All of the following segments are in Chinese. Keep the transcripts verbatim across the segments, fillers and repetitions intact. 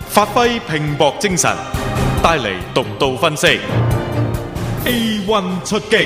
發揮拼搏精神，帶嚟獨到分析。A one 出擊。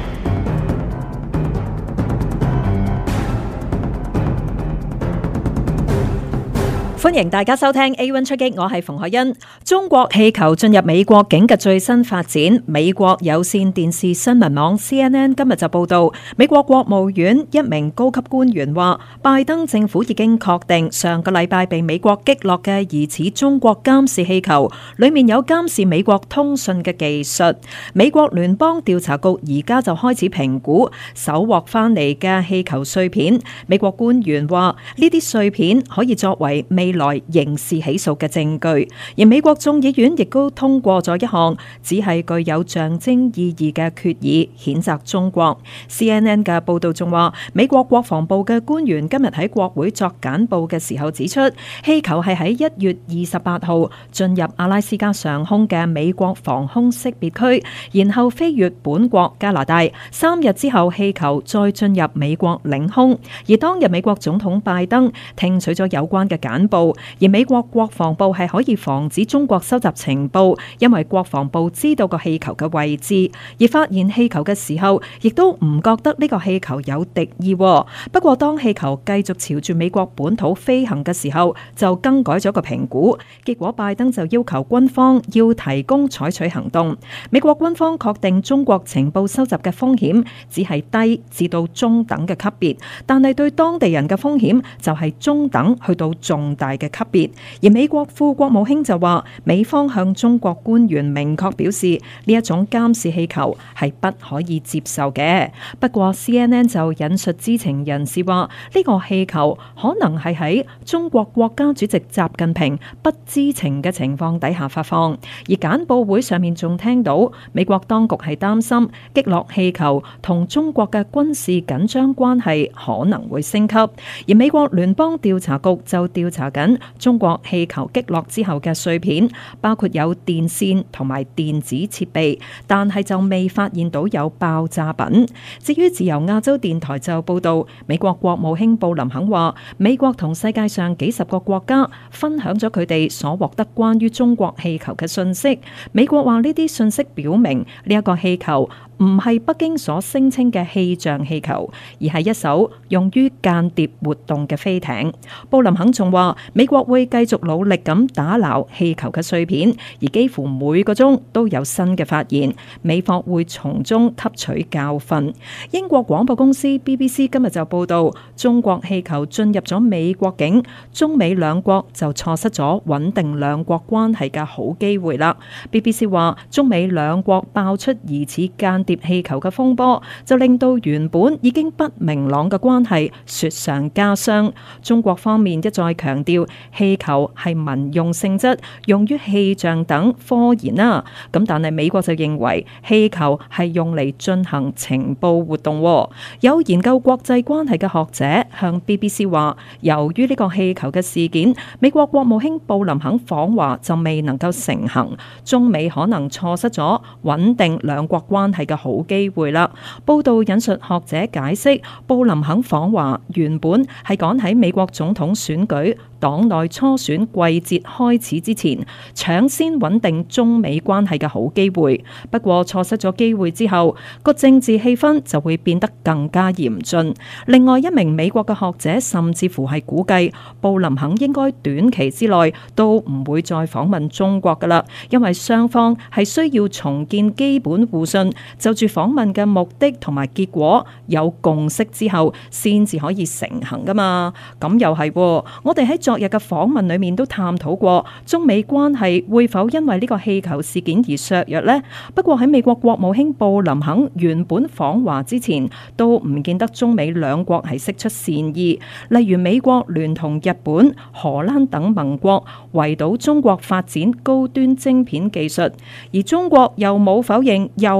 歡迎大家收聽 A one 出擊，我係馮海欣。中國氣球進入美國境嘅最新發展，美國有線電視新聞網 C N N 今日就報道，美國國務院一名高級官員話，拜登政府已經確定上個禮拜被美國擊落嘅疑似中國監視氣球，裏面有監視美國通訊嘅技術。美國聯邦調查局而家就開始評估搜獲翻嚟嘅氣球碎片。美國官員話，呢啲碎片可以作為未來刑事起訴嘅證據，而美國眾議院亦都通過咗一項只係具有象徵意義嘅決議，譴責中國。C N N 嘅報道仲話，美國國防部嘅官員今日喺國會作簡報嘅時候指出，氣球係喺一月二十八號進入阿拉斯加上空嘅美國防空識別區，然後飛越本國加拿大，三日之後氣球再進入美國領空。而當日美國總統拜登聽取咗有關嘅簡報。而美國國防部係可以防止中國收集情報，因為國防部知道個氣球嘅位置，而發現氣球嘅時候，亦都唔覺得呢個氣球有敵意。不過當氣球繼續朝住美國本土飛行嘅時候，就更改咗個評估。結果拜登就要求軍方要提供採取行動。美國軍方確定中國情報收集嘅風險只係低至到中等嘅級別，但係對當地人嘅風險就係中等去到重大嘅級別。而美國副國務卿就話，美方向中國官員明確表示，呢一種監視氣球係不可以接受嘅。不過 C N N 就引述知情人士話，呢個氣球可能係喺中國國家主席習近平不知情嘅情況底下發放。而簡報會上面仲聽到，美國當局係擔心擊落氣球同中國嘅軍事緊張關係可能會升級。而美國聯邦調查局就調查緊中國氣球擊落之後嘅碎片，包括有電線同埋電子設備，但係就未發現到有爆炸品。至於自由亞洲電台就報道，美國國務卿布林肯話，美國同世界上幾十個國家分享咗佢哋所獲得關於中國氣球嘅信息。美國話呢啲信息表明呢一個氣球唔係北京所聲稱嘅氣象氣球，而係一艘用於間諜活動嘅飛艇。布林肯仲話，美國會繼續努力咁打撈氣球嘅碎片，而幾乎每個鐘都有新嘅發現，美方會從中吸取教訓。英國廣播公司 B B C 今日就報道，中國氣球進入咗美國境，中美兩國就錯失咗穩定兩國關係嘅好機會啦。B B C 話，中美兩國爆出疑似間諜氣球嘅風波，就令到原本已經不明朗嘅關係雪上加霜。中國方面一再強調，氣球係民用性質，用於氣象等科研啦。咁但係美國就認為氣球係用嚟進行情報活動。有研究國際關係嘅學者向 B B C 話，由於呢個氣球嘅事件，美國國務卿布林肯訪華就未能夠成行，中美可能錯失咗穩定兩國關係嘅好機會啦。報道引述學者解釋，布林肯訪華原本係趕喺美國總統選舉黨內初選季節開始之前，搶先穩定中美關係嘅好機會。不過錯失咗機會之後，個政治氣氛就會變得更加嚴峻。另外一名美國嘅學者甚至乎係估計，布林肯應該短期之內都唔會再訪問中國㗎喇，因為雙方係需要重建基本互信，就住訪問嘅目的同埋結果有共識之後，先至可以成行㗎嘛。咁又係，我哋喺昨日嘅訪問裏面都探討過，中美關係會否因為呢個氣球事件而削弱呢？不過喺美國國務卿布林肯原本訪華之前，都唔見得中美兩國係釋出善意。例如美國聯同日本、荷蘭等盟國圍堵中國發展高端晶片技術，而中國又冇否認，又冇承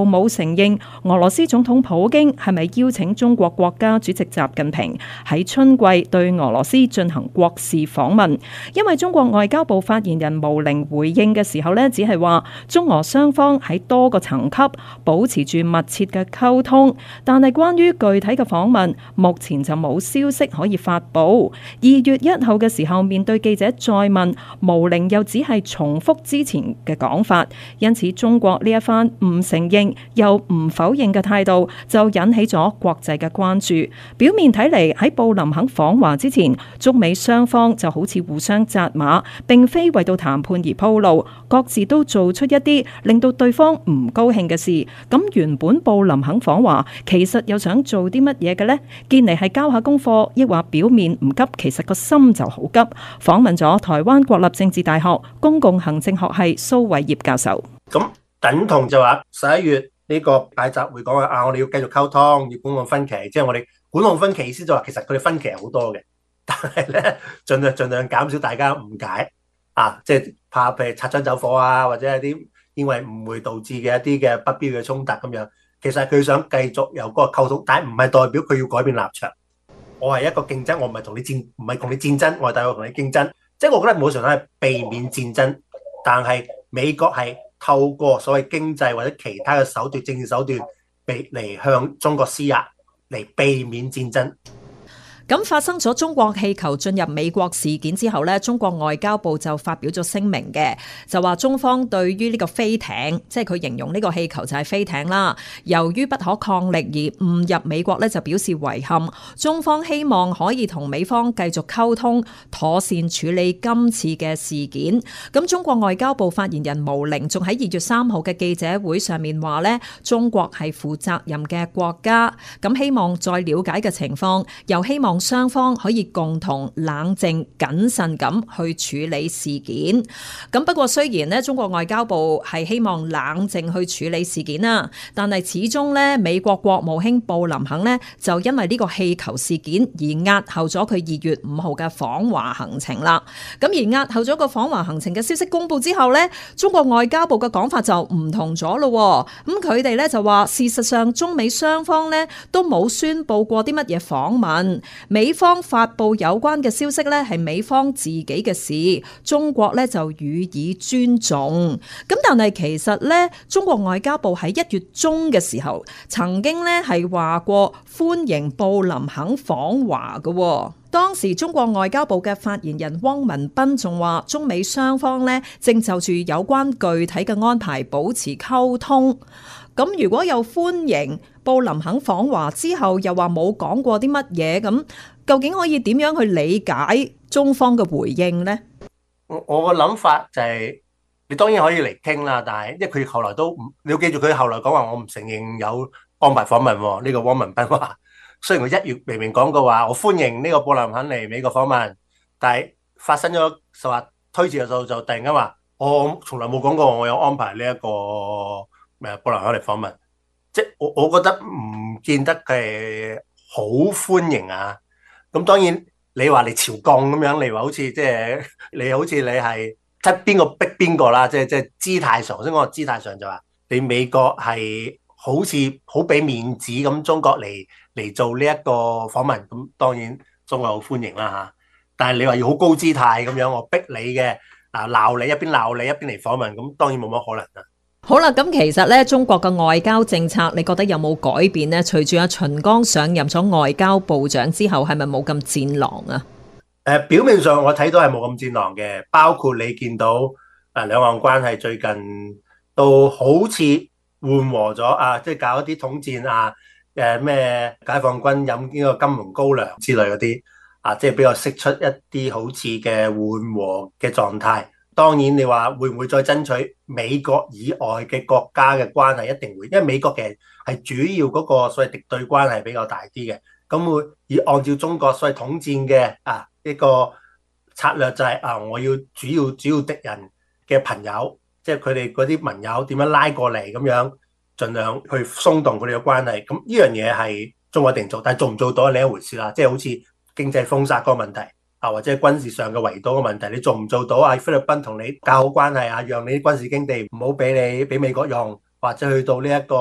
認俄羅斯總統普京係咪邀請中國國家主席習近平喺春季對俄羅斯進行國事訪問，因為中國外交部發言人毛寧回應嘅時候呢，只係話中俄雙方喺多個層級保持住密切嘅溝通，但係關於具體嘅訪問，目前就冇消息可以發布。二月一號嘅時候，面對記者再問，毛寧又只係重複之前嘅講法，因此中國呢一番唔承認又唔否認嘅態度，就引起咗國際嘅關注。表面睇嚟喺布林肯訪華之前，中美雙方就好似互相紮馬，並非為到談判而鋪路，各自都做出一啲令到對方唔高興嘅事。咁原本布林肯訪華其實又想做啲乜嘢嘅呢？見嚟係交下功課，抑或表面唔急，其實個心就好急。訪問咗台灣國立政治大學公共行政學系蘇偉業教授。 咁等同就話十一月呢個大集會講啊，我哋要繼續溝通，要管控分歧，即係我哋管控分歧意思就話其實佢哋分歧係好多嘅，但係咧盡量盡量減少大家誤解啊，即係怕譬如擦槍走火啊，或者係啲因為誤會導致嘅一啲嘅不必要嘅衝突咁樣。其實佢想繼續有嗰個溝通，但係唔係代表佢要改變立場。我係一個競爭，我唔係同你戰，唔係同你戰爭，我係大概同你競爭。即係我覺得冇常係避免戰爭，但係美國係透過所謂經濟或者其他嘅手段、政治手段，嚟嚟向中國施壓，嚟避免戰爭。 咁發生咗中國氣球進入美國事件之後呢，中國外交部就發表咗聲明嘅，就話中方對於呢個飛艇，即係佢形容呢個氣球就係飛艇啦，由於不可抗力而誤入美國呢，就表示遺憾。中方希望可以同美方繼續溝通，妥善處理今次嘅事件。咁中國外交部發言人毛寧仲喺二月三號嘅記者會上面話呢，中國係負責任嘅國家，咁希望再了解嘅情況，又希望雙方可以共同冷靜謹慎咁去處理事件。咁不過雖然咧，中國外交部係希望冷靜去處理事件啦，但係始終咧，美國國務卿布林肯咧就因為呢個氣球事件而押後咗佢二月五號嘅訪華行程啦。咁而押後咗個訪華行程嘅消息公布之後咧，中國外交部嘅講法就唔同咗咯。咁佢哋咧就話，事實上中美雙方咧都冇宣布過啲乜嘢訪問。美方發布有關嘅消息咧，係美方自己嘅事，中國咧就予以尊重。咁但係其實咧，中國外交部喺一月中嘅時候，曾經咧係話過歡迎布林肯訪華嘅。當時中國外交部嘅發言人汪文斌仲話，中美雙方咧正就住有關具體嘅安排保持溝通。咁如果有歡迎布林肯訪華之後，又話冇講過啲乜嘢，咁究竟可以點樣去理解中方嘅回應呢？ 我我個諗法就係、是，你當然可以嚟傾啦，但係因為佢後來都唔，你要記住佢後來講話，我唔承認有安排訪問喎。呢、這個汪文斌話，雖然佢一月明明講過話，我歡迎呢個布林肯嚟美國訪問，但係發生咗就話推遲嘅時候就突然間話，我從來冇講過我有安排呢、這、一個咩布林肯嚟訪問，即係我我覺得唔見得佢係好歡迎啊。咁當然你話你朝貢咁樣，你話好似即係你好似你係睇邊個逼邊個啦，即係即係姿態上，先講個姿態上就話你美國係好似好俾面子咁，中國嚟嚟做呢一個訪問，咁當然中國好歡迎啦嚇。但係你話要好高姿態咁樣，我逼你嘅啊鬧你一邊鬧你一邊嚟訪問，咁當然冇乜可能啦。 好啦，咁其實咧，中國嘅外交政策，你覺得有冇改變呢？隨住阿秦剛上任咗外交部長之後，係咪冇咁戰狼啊？ 誒、呃，表面上我睇到係冇咁戰狼嘅，包括你見到誒兩岸關係最近都好似緩和咗啊，即係搞一啲統戰啊，誒、啊、咩解放軍飲呢個金門高粱之類嗰啲啊，即係比較釋出一啲好似嘅緩和嘅狀態。當然你話會唔會再爭取美國以外嘅國家嘅關係，一定會，因為美國其實係主要嗰個所謂敵對關係比較大啲嘅，咁會以按照中國所謂統戰嘅啊呢個策略就係啊，我要主要主要敵人嘅朋友，即係佢哋嗰啲盟友點樣拉過嚟咁樣，盡量去鬆動佢哋嘅關係。咁呢樣嘢係中國一定做，但係做唔做到係另一回事啦。即係好似經濟封殺嗰個問題。啊，或者軍事上嘅圍堵嘅問題，你做唔做到啊？菲律賓同你搞好關係啊，讓你啲軍事基地唔好俾你俾美國用，或者去到呢一個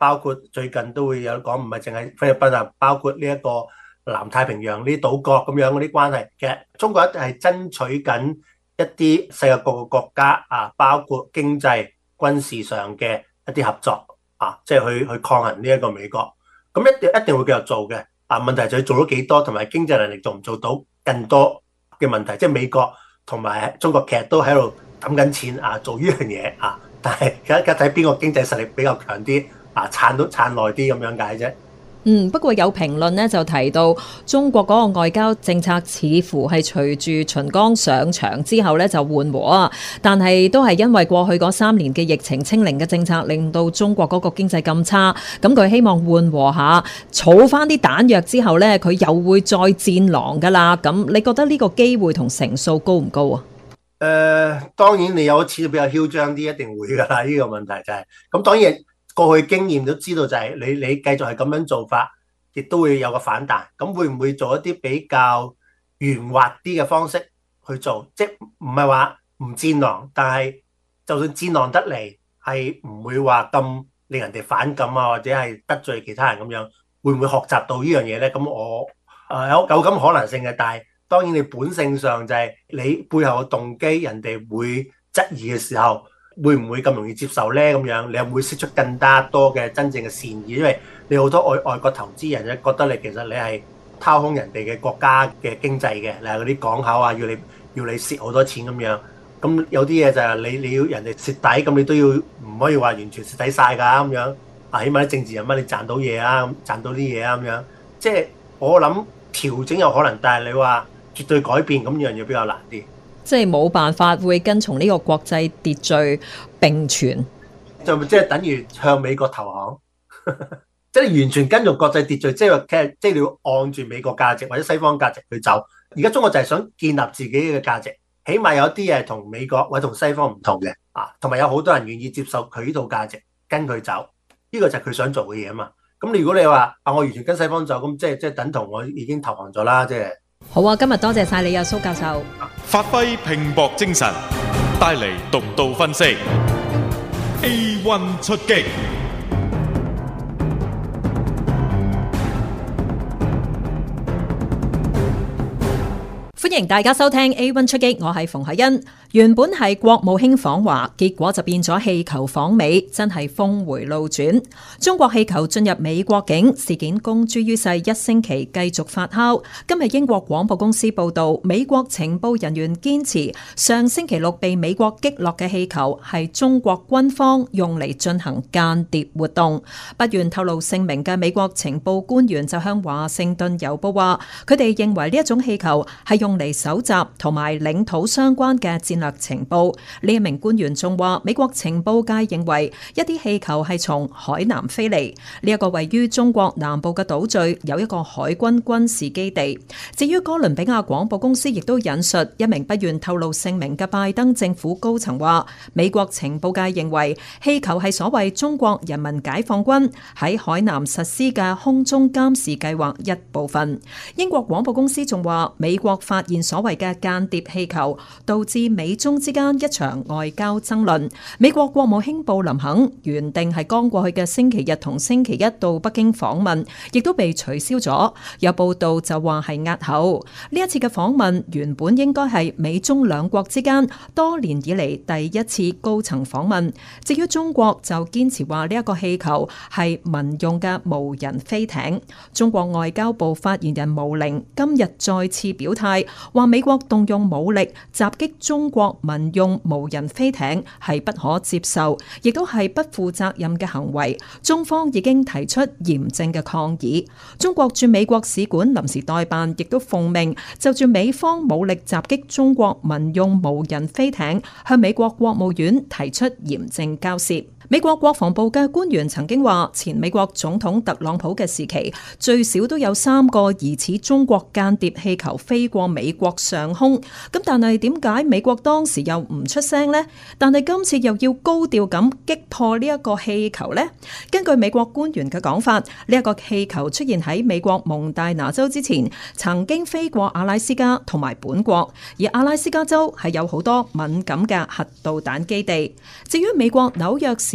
包括最近都會有講，唔係淨係菲律賓啊，包括呢一個南太平洋呢啲島國咁樣嗰啲關係。其實中國一定係爭取緊一啲世界各個國家啊，包括經濟、軍事上嘅一啲合作啊，即係去去抗衡呢一個美國。咁一定一定會繼續做嘅。啊，問題就係做咗幾多，同埋經濟能力做唔做到更多嘅問題。即係美國同埋中國其實都喺度揼緊錢啊，做呢樣嘢啊。但係而家睇邊個經濟實力比較強啲啊，撐都撐耐啲咁樣解啫。 嗯，不過有評論呢就提到中國嗰個外交政策似乎係隨住秦剛上場之後呢就緩和啊，但係都係因為過去嗰三年嘅疫情清零嘅政策令到中國嗰個經濟咁差，咁佢希望緩和下，儲翻啲彈藥之後呢，佢又會再戰狼噶啦。咁你覺得呢個機會同成數高唔高啊？ 誒、呃，當然你有次比較囂張啲，一定會噶啦。呢、這個問題就係、是、咁，當然。過去經驗都知道就係你你繼續係咁樣做法，亦都會有個反彈。咁會唔會做一啲比較圓滑啲嘅方式去做？即係唔係話唔戰狼，但係就算戰狼得嚟，係唔會話咁令人哋反感啊，或者係得罪其他人咁樣。會唔會學習到呢樣嘢咧？咁我誒有有咁可能性嘅，但係當然你本性上就係你背後嘅動機，人哋會質疑嘅時候。會唔會咁容易接受呢？咁樣你又會釋出更加多嘅真正嘅善意，因為你好多外外國投資人咧覺得你其實你係掏空人哋嘅國家嘅經濟嘅，例如嗰啲港口啊，要你要你蝕好多錢咁樣。咁有啲嘢就係你你要人哋蝕底，咁你都要唔可以話完全蝕底晒㗎咁樣。啊，起碼啲政治人物你賺到嘢啊，賺到啲嘢啊咁樣。即係我諗調整有可能，但係你話絕對改變咁樣嘢比較難啲。 即係冇辦法會跟從呢個國際秩序並存， 就即係等於向美國投降，即係完全跟從國際秩序，即係話其實即係你要按住美國價值或者西方價值去走。而家中國就係想建立自己嘅價值，起碼有啲嘢同美國或者同西方唔同嘅啊，同埋有好多人願意接受佢呢套價值，跟佢走，呢個就係佢想做嘅嘢啊嘛。咁如果你話啊，我完全跟西方走，咁即係即係等同我已經投降咗啦，即係。 好啊，今日多謝晒你啊，蘇教授。 發揮拼搏精神，帶嚟獨到分析。A one 出擊。 歡迎大家收聽 A one 出擊，我係馮海欣。原本係國務卿訪華，結果就變咗氣球訪美，真係峰回路轉。中國氣球進入美國境事件公諸於世一星期，繼續發酵。今日英國廣播公司報道，美國情報人員堅持上星期六被美國擊落嘅氣球係中國軍方用嚟進行間諜活動。不願透露姓名嘅美國情報官員就向華盛頓郵報話，佢哋認為呢一種氣球係用嚟搜集同埋領土相關嘅戰略情報。呢一名官員仲話，美國情報界認為一啲氣球係從海南飛嚟。呢一個位於中國南部嘅島嶼有一個海軍軍事基地。至於哥倫比亞廣播公司亦都引述一名不願透露姓名嘅拜登政府高層話，美國情報界認為氣球係所謂中國人民解放軍喺海南實施嘅空中監視計劃一部分。英國廣播公司仲話，美國發現所謂嘅間諜氣球，導致美中之間一場外交爭論。美國國務卿布林肯原定係剛過去嘅星期日同星期一到北京訪問，亦都被取消咗。有報道就話係押後。呢一次嘅訪問原本應該係美中兩國之間多年以嚟第一次高層訪問。至於中國就堅持話呢一個氣球係民用嘅無人飛艇。中國外交部發言人毛寧今日再次表態，話美國動用武力襲擊中國民用無人飛艇係不可接受，亦都係不負責任嘅行為。中方已經提出嚴正嘅抗議。中國駐美國使館臨時代辦亦都奉命就住美方武力襲擊中國民用無人飛艇，向美國國務院提出嚴正交涉。美國國防部嘅官員曾經話，前美國總統特朗普嘅時期，最少都有三個疑似中國間諜氣球飛過美國上空。咁但係點解美國當時又唔出聲呢？但係今次又要高調咁擊破呢一個氣球呢？根據美國官員嘅講法，呢一個氣球出現喺美國蒙大拿州之前，曾經飛過阿拉斯加同埋本國，而阿拉斯加州係有好多敏感嘅核導彈基地。至於美國紐約時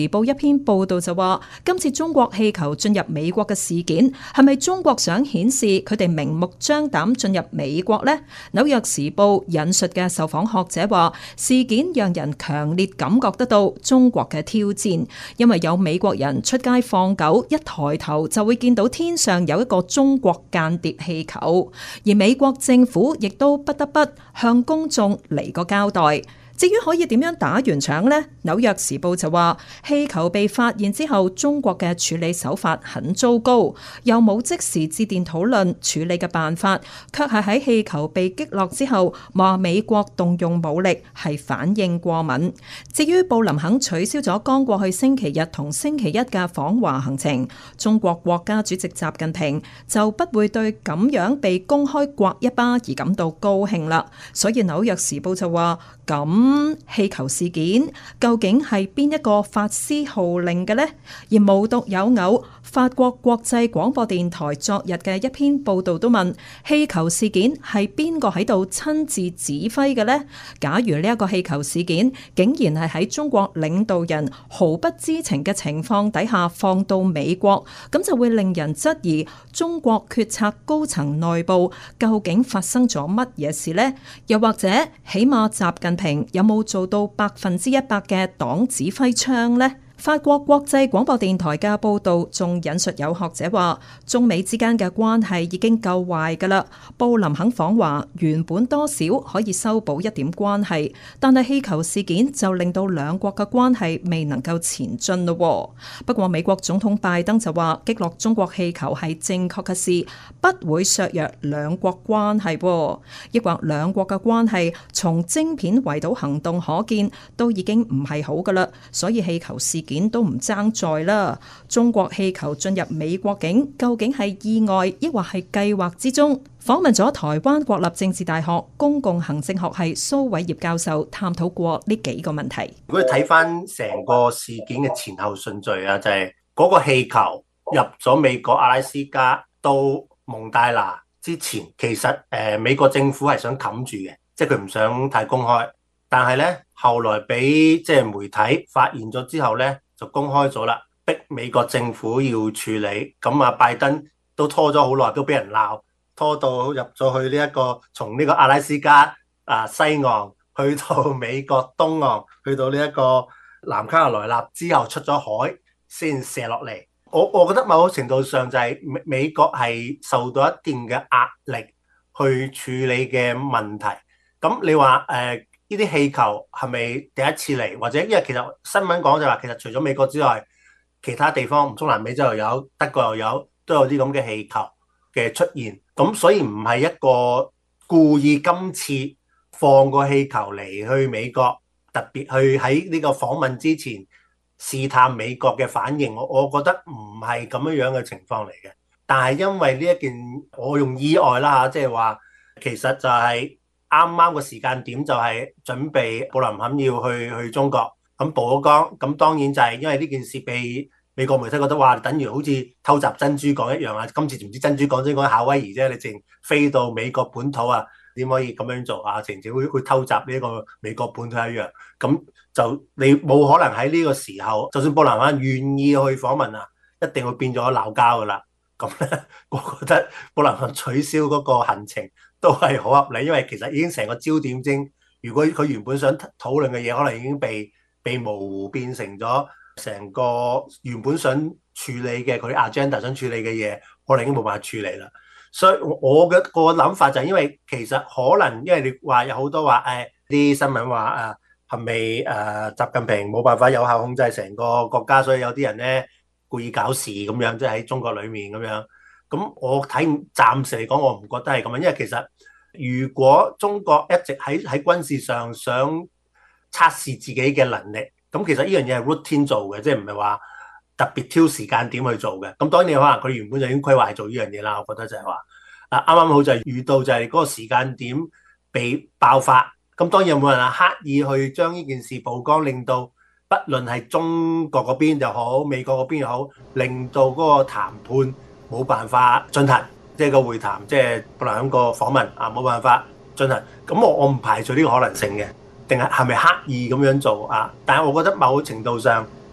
報一篇報導就話，今次中國氣球進入美國嘅事件，係咪中國想顯示佢哋明目張膽進入美國呢？紐約時報引述嘅受訪學者話，事件讓人強烈感覺得到中國嘅挑戰，因為有美國人出街放狗，一抬頭就會見到天上有一個中國間諜氣球，而美國政府亦都不得不向公眾嚟個交代。至於可以點樣打完場呢？紐約時報就話，氣球被發現之後，中國嘅處理手法很糟糕，又冇即時致電討論處理嘅辦法，卻係喺氣球被擊落之後，話美國動用武力係反應過敏。至於布林肯取消咗剛過去星期日同星期一嘅訪華行程，中國國家主席習近平就不會對咁樣被公開刮一巴而感到高興啦。所以紐約時報就話，咁氣球事件究竟係邊一個發施號令嘅呢？而無獨有偶，法國國際廣播電台昨日嘅一篇報道都問，氣球事件係邊個喺度親自指揮嘅呢？假如呢一個氣球事件竟然係喺中國領導人毫不知情嘅情況底下放到美國，咁就會令人質疑中國決策高層內部究竟發生咗乜嘢事呢？又或者起碼習近平有冇做到百分之一百嘅黨指揮槍呢？法國國際廣播電台嘅報導仲引述有學者話，中美之間嘅關係已經夠壞㗎啦。布林肯訪華原本多少可以修補一點關係，但係氣球事件就令到兩國嘅關係未能夠前進咯。不過美國總統拜登就話，擊落中國氣球係正確嘅事，不會削弱兩國關係。抑或兩國嘅關係從晶片圍堵行動可見，都已經唔係好㗎啦。所以氣球事件都唔爭在啦。中國氣球進入美國境，究竟係意外，抑或係計劃之中？訪問咗台灣國立政治大學公共行政學系蘇偉業教授，探討過呢幾個問題。 如果你睇翻成個事件嘅前後順序啊，就係嗰個氣球入咗美國阿拉斯加到蒙大拿之前，其實誒美國政府係想冚住嘅，即係佢唔想太公開。但係咧後來俾即係媒體發現咗之後咧，就公開咗啦，逼美國政府要處理。咁啊，拜登都拖咗好耐，都俾人鬧，拖到入咗去呢一個從呢個阿拉斯加啊西岸去到美國東岸，去到呢一個南卡羅來納之後出咗海先射落嚟。我我覺得某程度上就係美美國係受到一定嘅壓力去處理嘅問題。咁你話誒呢啲氣球係咪第一次嚟？或者因為其實新聞講就話，其實除咗美國之外，其他地方中南美洲又有，德國又有，都有啲咁嘅氣球嘅出現。咁所以唔係一個故意今次放個氣球嚟去美國，特別去喺呢個訪問之前試探美國嘅反應。我我覺得唔係咁樣樣嘅情況嚟嘅。但係因為呢一件，我用意外啦嚇，即係話其實就係啱啱個時間點就係準備布林肯要去去中國，咁曝咗光。咁當然就係因為呢件事被美國媒體覺得話，等於好似偷襲珍珠港一樣啊！今次唔知珍珠港即係講夏威夷啫，你淨飛到美國本土啊，點可以咁樣做啊？淨淨會會偷襲呢個美國本土一樣，咁就你冇可能喺呢個時候，就算布林肯願意去訪問啊，一定會變咗鬧交噶啦。咁咧，我覺得布林肯取消嗰個行程都係好合理，因為其實已經成個焦點精，如果佢原本想討論嘅嘢，可能已經被被模糊變成咗成個原本想處理嘅佢 agenda 想處理嘅嘢，可能已經冇辦法處理啦。所以我嘅個諗法就係因為其實可能因為你話有好多話誒啲新聞話誒係咪誒習近平冇辦法有效控制成個國家，所以有啲人咧故意搞事咁樣，即係喺中國裡面咁樣。咁我睇暫時嚟講，我唔覺得係咁樣，因為其實如果中國一直喺喺軍事上想測試自己嘅能力，咁其實呢樣嘢係 routine 做嘅，即係唔係話特別挑時間點去做嘅。咁當然你可能佢原本就已經規劃做呢樣嘢啦。我覺得就係話啊，啱啱好就係遇到就係嗰個時間點被爆發。咁當然有冇人啊刻意去將呢件事曝光，令到不論係中國嗰邊又好，美國嗰邊又好，令到嗰個談判冇辦法進行，即係個會談，即係布林肯個訪問啊，冇辦法進行。咁我我唔排除呢個可能性嘅，定係係咪刻意咁樣做啊？但係我覺得某程度上，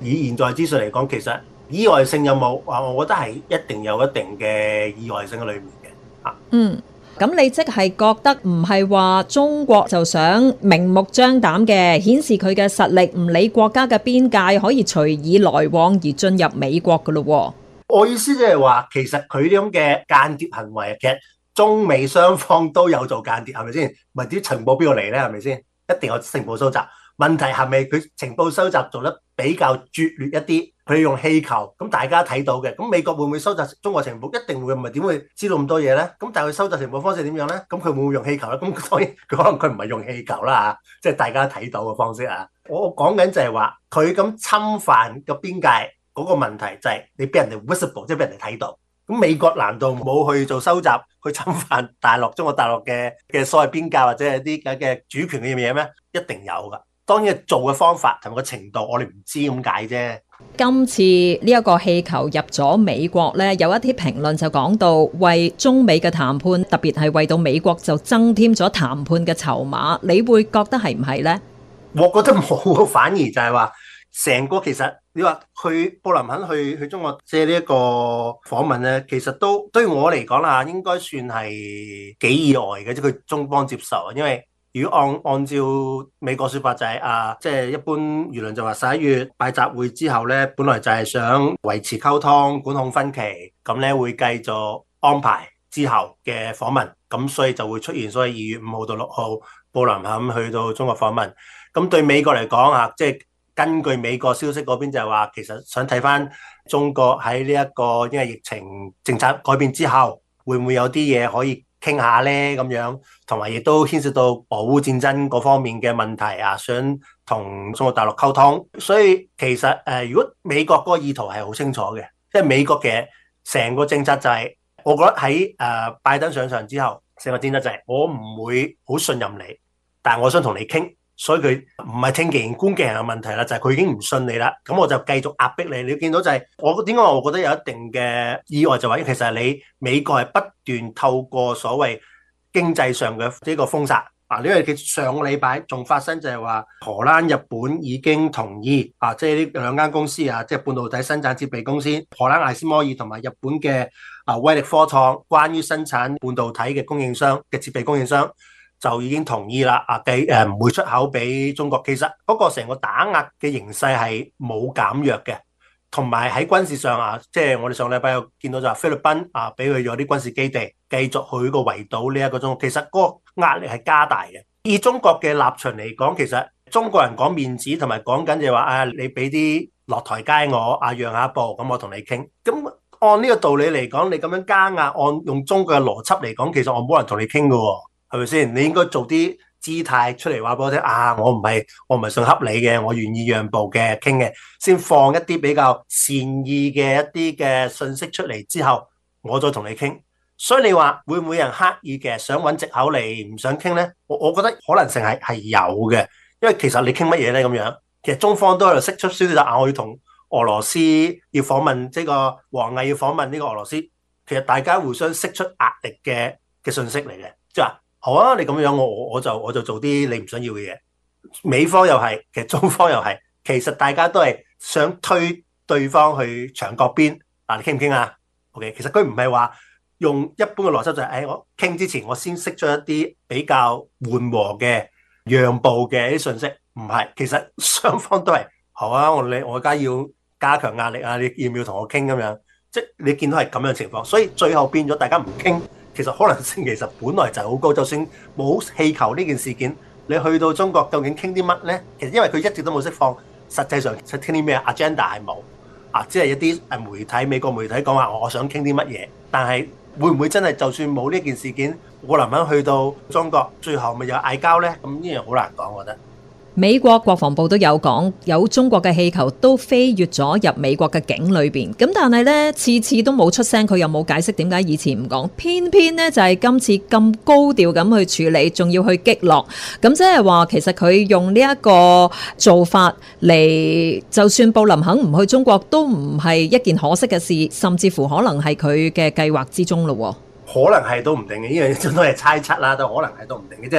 以現在資訊嚟講，其實意外性有冇？啊，我覺得係一定有一定嘅意外性喺裏面嘅。啊， 嗯。咁你即係覺得唔係話中國就想明目張膽嘅顯示佢嘅實力，唔理國家嘅邊界，可以隨意來往而進入美國噶咯？ 我意思即係話，其實佢啲咁嘅間諜行為，其實中美雙方都有做間諜，係咪先？咪啲情報邊度嚟咧？係咪先？一定有情報收集。問題係咪佢情報收集做得比較拙劣一啲？佢用氣球，咁大家睇到嘅，咁美國會唔會收集中國情報？一定會，唔係點會知道咁多嘢咧？咁但係佢收集情報方式點樣咧？咁佢會唔會用氣球咧？咁當然佢可能佢唔係用氣球啦嚇，即係大家睇到嘅方式啊。我講緊就係話佢咁侵犯個邊界嗰個問題，就係你俾人哋 visible，即係俾人哋睇到。咁美國難道冇去做收集，去侵犯大陸、中國大陸嘅嘅所謂邊界或者係啲嘅嘅主權嘅嘢咩？一定有噶。當然做嘅方法同埋個程度，我哋唔知咁解啫。 今次呢一個氣球入咗美國呢，有一啲評論就講到為中美嘅談判，特別係為到美國就增添咗談判嘅籌碼。你會覺得係唔係呢？ 我覺得冇，反而就係話成個其實你話去布林肯去去中國借呢一個訪問咧，其實都對我嚟講啦，應該算係幾意外嘅，即係佢中方接受，因為如果按按照美國說法就係、是、啊，即、就、係、是、一般輿論就話十一月拜習會之後咧，本來就係想維持溝通、管控分歧，咁咧會繼續安排之後嘅訪問，咁所以就會出現所謂二月五號到六號布林肯去到中國訪問。咁對美國嚟講啊，即係根據美國消息嗰邊就係話，其實想睇翻中國喺呢一個因為疫情政策改變之後，會唔會有啲嘢可以傾下咧咁樣，同埋亦都牽涉到俄烏戰爭嗰方面嘅問題啊，想同中國大陸溝通。所以其實誒、呃，如果美國嗰個意圖係好清楚嘅，即係美國嘅成個政策就係、是，我覺得喺誒、呃、拜登上場之後，成個政策就係我唔會好信任你，但係我想同你傾。所以佢唔係聽其言觀其行嘅問題啦，就係、是、佢已經唔信你啦，咁我就繼續壓迫你。你見到就係、是、我點解我覺得有一定嘅意外，就話其實係你美國係不斷透過所謂經濟上嘅呢個封殺啊，因為佢上個禮拜仲發生就係話荷蘭、日本已經同意啊，即係呢兩間公司啊，即、就、係、是、半導體生產設備公司荷蘭艾斯摩爾同埋日本嘅啊威力科創，關於生產半導體嘅供應商嘅設備供應商。就已經同意啦，啊，計誒唔會出口俾中國。其實嗰個成個打壓嘅形勢係冇減弱嘅，同埋喺軍事上啊，即係我哋上禮拜有見到就係菲律賓啊，俾佢有啲軍事基地繼續去個圍堵呢一個中國。其實嗰個壓力係加大嘅。以中國嘅立場嚟講，其實中國人講面子同埋講緊就係話啊，你俾啲落台階我啊，讓下一步，咁我同你傾。咁按呢個道理嚟講，你咁樣加壓，按用中國嘅邏輯嚟講，其實我冇人同你傾㗎喎。係咪先？你應該做啲姿態出嚟話俾我聽啊！我唔係我唔係想恰你嘅，我願意讓步嘅，傾嘅，先放一啲比較善意嘅一啲嘅信息出嚟之後，我再同你傾。所以你話會唔會有人刻意嘅想揾藉口嚟唔想傾咧？我我覺得可能性係係有嘅，因為其實你傾乜嘢咧咁樣？其實中方都喺度釋出消息啊！我要同俄羅斯要訪問，即係個王毅要訪問呢個俄羅斯，其實大家互相釋出壓力嘅嘅信息嚟嘅，即係話。好啊，你咁樣我我就我就做啲你唔想要嘅嘢。美方又係，其實中方又係，其實大家都係想推對方去牆角邊。嗱，你傾唔傾啊 ？OK，其實佢唔係話用一般嘅邏輯就係、是，誒、哎，我傾之前我先釋出一啲比較緩和嘅讓步嘅啲信息，唔係，其實雙方都係好啊。我你我而家要加強壓力啊，你要唔要同我傾咁樣？即係你見到係咁樣嘅情況，所以最後變咗大家唔傾。其實可能性其實本來就係好高，就算冇氣球呢件事件，你去到中國究竟傾啲乜咧？其實因為佢一直都冇釋放，實際上傾啲咩 agenda 係冇啊，只係一啲誒媒體美國媒體講話我想傾啲乜嘢，但係會唔會真係就算冇呢件事件，布林肯去到中國，最後咪有嗌交咧？咁呢樣好難講，我覺得。 美國國防部都有講，有中國嘅氣球都飛越咗入美國嘅境裏邊，咁但係咧次次都冇出聲，佢又冇解釋點解以前唔講，偏偏咧就係今次咁高調咁去處理，仲要去擊落，咁即係話其實佢用呢一個做法嚟，就算布林肯唔去中國都唔係一件可惜嘅事，甚至乎可能係佢嘅計劃之中咯。 可能係都唔定嘅，呢樣嘢都係猜測啦，都可能係都唔定嘅，即係。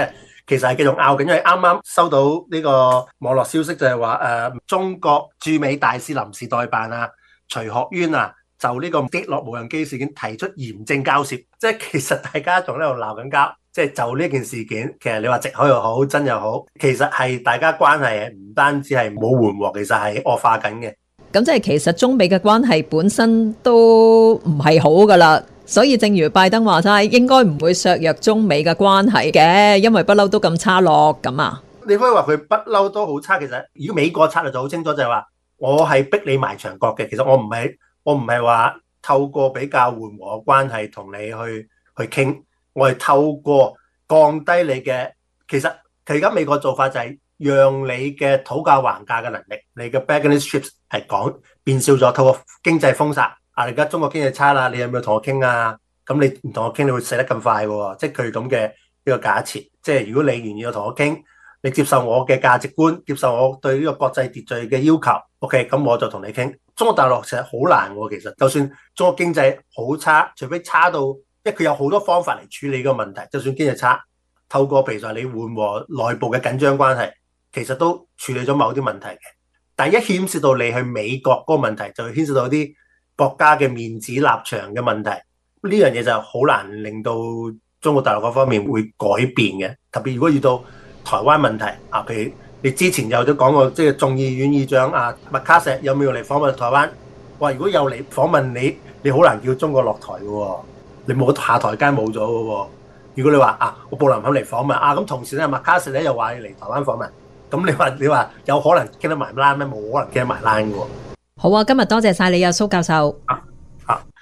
其實係繼續拗緊，因為啱啱收到呢個網絡消息就係話誒中國駐美大使臨時代辦啊徐學淵啊就呢個跌落無人機事件提出嚴正交涉，即係其實大家仲喺度鬧緊交，即係就呢件事件，其實你話藉口又好真又好，其實係大家關係唔單止係冇緩和，其實係惡化緊嘅。 咁即係其實中美嘅關係本身都唔係好噶啦，所以正如拜登話齋，應該唔會削弱中美嘅關係嘅，因為不嬲都咁差落咁啊。 你可以話佢不嬲都好差，其實如果美國策略就好清楚，就係話我係逼你埋牆角嘅，其實我唔係我唔係話透過比較緩和嘅關係同你去去傾，我係透過降低你嘅，其實佢而家美國做法就係讓你嘅討價還價嘅能力，你嘅 bargaining chips 係講變少咗，透過經濟封殺啊！而家中國經濟差啦，你有冇同我傾啊？咁你唔同我傾，你會死得咁快喎？即係佢咁嘅呢個假設，即係如果你願意同我傾，你接受我嘅價值觀，接受我對呢個國際秩序嘅要求 ，OK， 咁我就同你傾。中國大陸其實好難喎，其實就算中國經濟好差，除非差到，因為佢有好多方法嚟處理個問題，就算經濟差，透過譬如話你緩和內部嘅緊張關係，其實都處理咗某啲問題嘅。但係一牽涉到你去美國嗰個問題，就會牽涉到啲國家嘅面子立場嘅問題，呢樣嘢就好難令到中國大陸嗰方面會改變嘅。特別如果遇到台灣問題啊，譬如你之前有都講過，即係眾議院議長啊麥卡錫有冇要嚟訪問台灣？哇！如果有嚟訪問你，你好難叫中國落台嘅喎，你冇下台階冇咗嘅喎。如果你話啊，我布林肯嚟訪問啊，咁同時咧麥卡錫咧又話要嚟台灣訪問，咁你話你話有可能傾得埋欄咩？冇可能傾得埋欄嘅喎。 好啊，今日多謝晒你啊，蘇教授。 啊啊